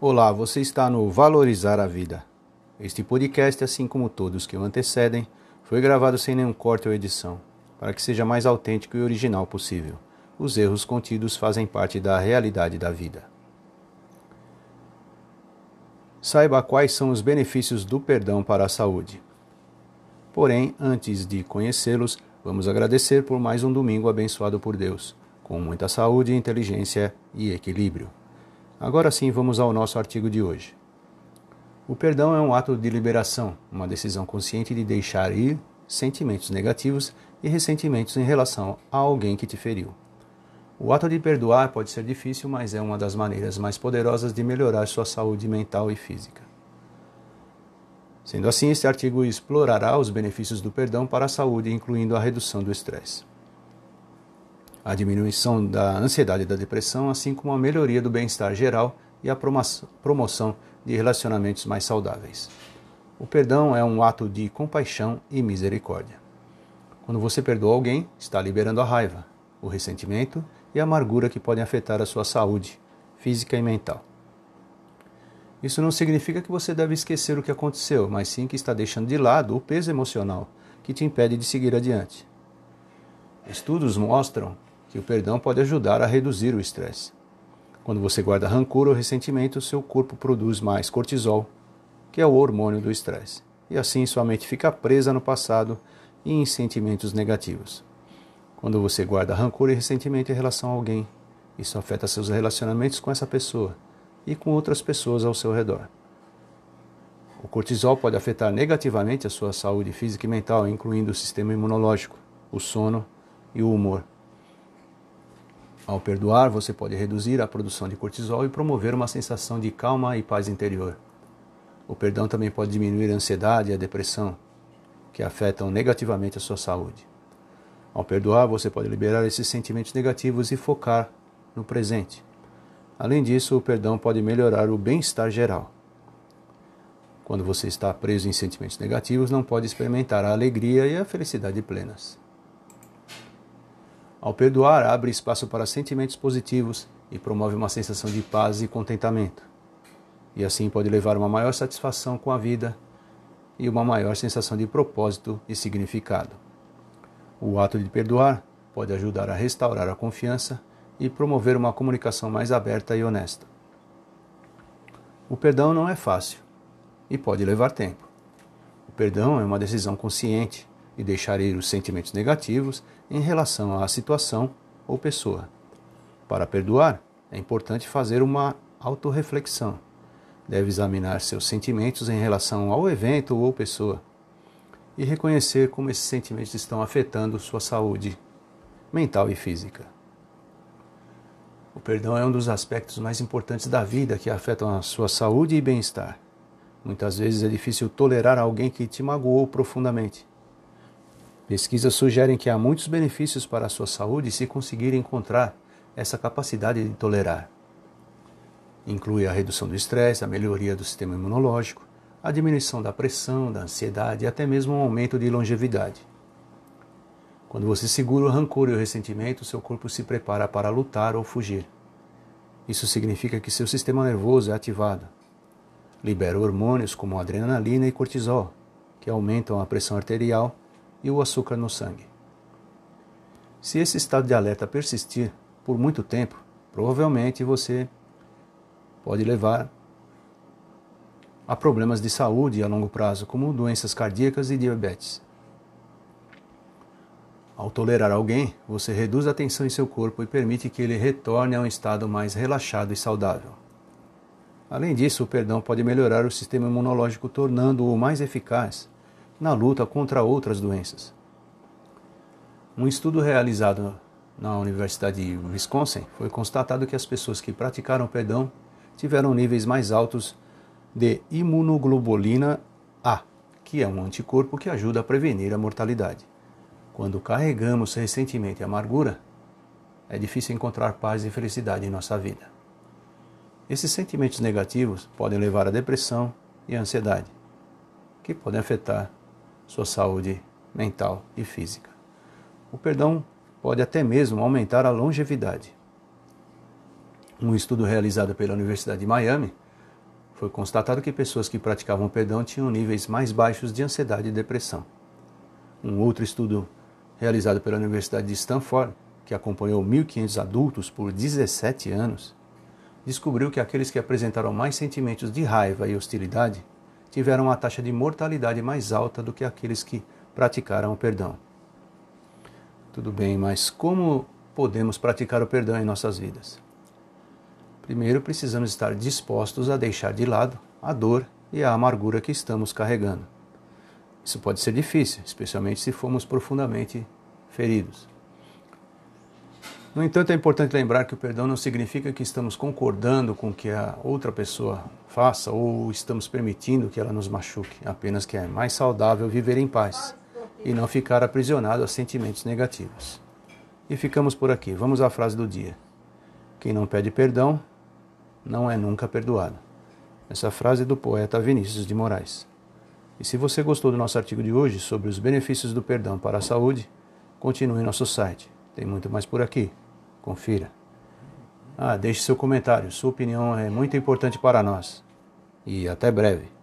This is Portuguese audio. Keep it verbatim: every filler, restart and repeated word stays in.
Olá, você está no Valorizar a Vida. Este podcast, assim como todos que o antecedem, foi gravado sem nenhum corte ou edição, para que seja mais autêntico e original possível. Os erros contidos fazem parte da realidade da vida. Saiba quais são os benefícios do perdão para a saúde. Porém, antes de conhecê-los, vamos agradecer por mais um domingo abençoado por Deus, com muita saúde, inteligência e equilíbrio. Agora sim, vamos ao nosso artigo de hoje. O perdão é um ato de liberação, uma decisão consciente de deixar ir sentimentos negativos e ressentimentos em relação a alguém que te feriu. O ato de perdoar pode ser difícil, mas é uma das maneiras mais poderosas de melhorar sua saúde mental e física. Sendo assim, este artigo explorará os benefícios do perdão para a saúde, incluindo a redução do estresse, a diminuição da ansiedade e da depressão, assim como a melhoria do bem-estar geral e a promoção de relacionamentos mais saudáveis. O perdão é um ato de compaixão e misericórdia. Quando você perdoa alguém, está liberando a raiva, o ressentimento e a amargura que podem afetar a sua saúde física e mental. Isso não significa que você deve esquecer o que aconteceu, mas sim que está deixando de lado o peso emocional que te impede de seguir adiante. Estudos mostram que o perdão pode ajudar a reduzir o estresse. Quando você guarda rancor ou ressentimento, seu corpo produz mais cortisol, que é o hormônio do estresse, e assim sua mente fica presa no passado e em sentimentos negativos. Quando você guarda rancor e ressentimento em relação a alguém, isso afeta seus relacionamentos com essa pessoa e com outras pessoas ao seu redor. O cortisol pode afetar negativamente a sua saúde física e mental, incluindo o sistema imunológico, o sono e o humor. Ao perdoar, você pode reduzir a produção de cortisol e promover uma sensação de calma e paz interior. O perdão também pode diminuir a ansiedade e a depressão, que afetam negativamente a sua saúde. Ao perdoar, você pode liberar esses sentimentos negativos e focar no presente. Além disso, o perdão pode melhorar o bem-estar geral. Quando você está preso em sentimentos negativos, não pode experimentar a alegria e a felicidade plenas. Ao perdoar, abre espaço para sentimentos positivos e promove uma sensação de paz e contentamento. E assim pode levar uma maior satisfação com a vida e uma maior sensação de propósito e significado. O ato de perdoar pode ajudar a restaurar a confiança e promover uma comunicação mais aberta e honesta. O perdão não é fácil e pode levar tempo. O perdão é uma decisão consciente de deixar ir os sentimentos negativos em relação à situação ou pessoa. Para perdoar, é importante fazer uma autorreflexão. Deve examinar seus sentimentos em relação ao evento ou pessoa e reconhecer como esses sentimentos estão afetando sua saúde mental e física. O perdão é um dos aspectos mais importantes da vida que afetam a sua saúde e bem-estar. Muitas vezes é difícil tolerar alguém que te magoou profundamente. Pesquisas sugerem que há muitos benefícios para a sua saúde se conseguir encontrar essa capacidade de tolerar. Inclui a redução do estresse, a melhoria do sistema imunológico, a diminuição da pressão, da ansiedade e até mesmo um aumento de longevidade. Quando você segura o rancor e o ressentimento, seu corpo se prepara para lutar ou fugir. Isso significa que seu sistema nervoso é ativado. Libera hormônios como adrenalina e cortisol, que aumentam a pressão arterial e o açúcar no sangue. Se esse estado de alerta persistir por muito tempo, provavelmente você pode levar a problemas de saúde a longo prazo, como doenças cardíacas e diabetes. Ao tolerar alguém, você reduz a tensão em seu corpo e permite que ele retorne a um estado mais relaxado e saudável. Além disso, o perdão pode melhorar o sistema imunológico, tornando-o mais eficaz na luta contra outras doenças. Um estudo realizado na Universidade de Wisconsin foi constatado que as pessoas que praticaram perdão tiveram níveis mais altos de imunoglobulina A, que é um anticorpo que ajuda a prevenir a mortalidade. Quando carregamos ressentimento e amargura, é difícil encontrar paz e felicidade em nossa vida. Esses sentimentos negativos podem levar à depressão e à ansiedade, que podem afetar sua saúde mental e física. O perdão pode até mesmo aumentar a longevidade. Um estudo realizado pela Universidade de Miami foi constatado que pessoas que praticavam perdão tinham níveis mais baixos de ansiedade e depressão. Um outro estudo realizado pela Universidade de Stanford, que acompanhou mil e quinhentos adultos por dezessete anos, descobriu que aqueles que apresentaram mais sentimentos de raiva e hostilidade tiveram uma taxa de mortalidade mais alta do que aqueles que praticaram o perdão. Tudo bem, mas como podemos praticar o perdão em nossas vidas? Primeiro, precisamos estar dispostos a deixar de lado a dor e a amargura que estamos carregando. Isso pode ser difícil, especialmente se formos profundamente feridos. No entanto, é importante lembrar que o perdão não significa que estamos concordando com o que a outra pessoa faça ou estamos permitindo que ela nos machuque, apenas que é mais saudável viver em paz e não ficar aprisionado a sentimentos negativos. E ficamos por aqui. Vamos à frase do dia. Quem não pede perdão não é nunca perdoado. Essa frase é do poeta Vinícius de Moraes. E se você gostou do nosso artigo de hoje sobre os benefícios do perdão para a saúde, continue em nosso site. Tem muito mais por aqui. Confira. Ah, deixe seu comentário. Sua opinião é muito importante para nós. E até breve.